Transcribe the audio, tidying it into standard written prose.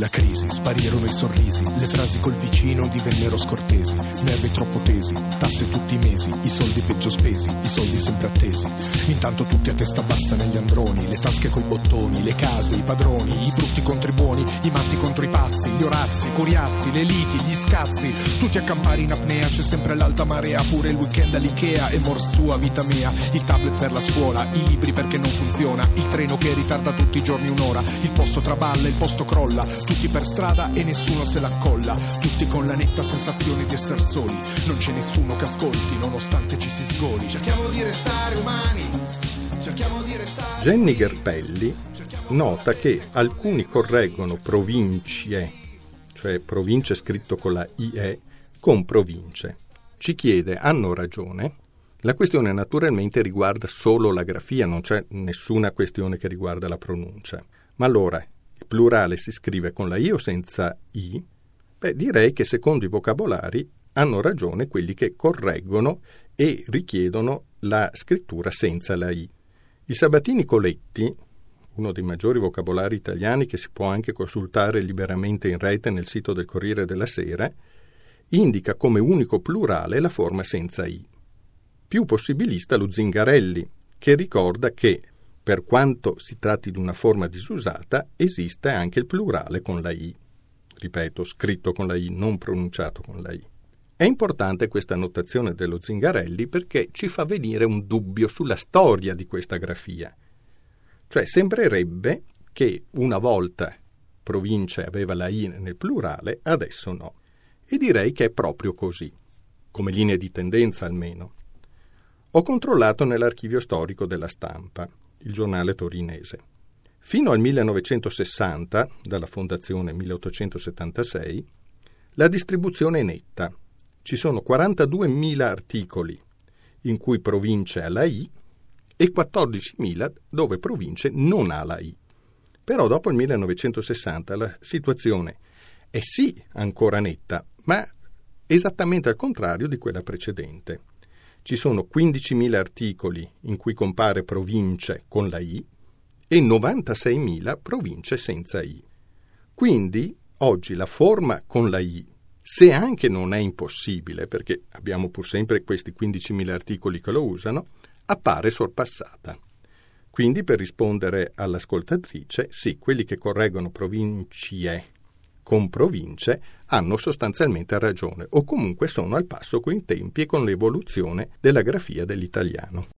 la crisi, sparirono i sorrisi, le frasi col vicino divennero scortesi, nervi troppo tesi, tasse tutti i mesi, i soldi peggio spesi, i soldi sempre attesi. Intanto tutti a testa bassa negli androni, le tasche coi bottoni, le case, i padroni, i brutti contro i buoni, i matti contro i pazzi, gli orazzi, i coriazzi, le liti, gli scazzi, tutti a campare in apnea, c'è sempre l'alta marea, pure il weekend all'Ikea e mors tua vita mia, il tablet per la scuola, i libri perché non funziona, il treno che ritarda tutti i giorni un'ora, il posto traballa, il posto crolla, tutti per strada e nessuno se l'accolla, tutti con la netta sensazione di essere soli, non c'è nessuno che ascolti nonostante ci si sgoli, cerchiamo di restare umani, cerchiamo di restare... Jenny Gherpelli nota che alcuni correggono provincie, cioè province scritto con la IE, con province. Ci chiede, hanno ragione? La questione naturalmente riguarda solo la grafia, non c'è nessuna questione che riguarda la pronuncia. Ma allora, il plurale si scrive con la I o senza I? Beh, direi che secondo i vocabolari hanno ragione quelli che correggono e richiedono la scrittura senza la I. Il Sabatini Coletti, uno dei maggiori vocabolari italiani che si può anche consultare liberamente in rete nel sito del Corriere della Sera, indica come unico plurale la forma senza I. Più possibilista lo Zingarelli, che ricorda che, per quanto si tratti di una forma disusata, esiste anche il plurale con la I. Ripeto, scritto con la I, non pronunciato con la I. È importante questa notazione dello Zingarelli perché ci fa venire un dubbio sulla storia di questa grafia. Cioè, sembrerebbe che una volta provincia aveva la I nel plurale, adesso no. E direi che è proprio così, come linea di tendenza almeno. Ho controllato nell'archivio storico della Stampa, il giornale torinese. Fino al 1960, dalla fondazione 1876, la distribuzione è netta. Ci sono 42.000 articoli in cui province ha la I e 14.000 dove province non ha la I. Però dopo il 1960 la situazione è sì ancora netta, ma esattamente al contrario di quella precedente. Ci sono 15.000 articoli in cui compare province con la I e 96.000 province senza I. Quindi oggi la forma con la I, se anche non è impossibile, perché abbiamo pur sempre questi 15.000 articoli che lo usano, appare sorpassata. Quindi, per rispondere all'ascoltatrice, sì, quelli che correggono provincie con province hanno sostanzialmente ragione, o comunque sono al passo coi tempi e con l'evoluzione della grafia dell'italiano.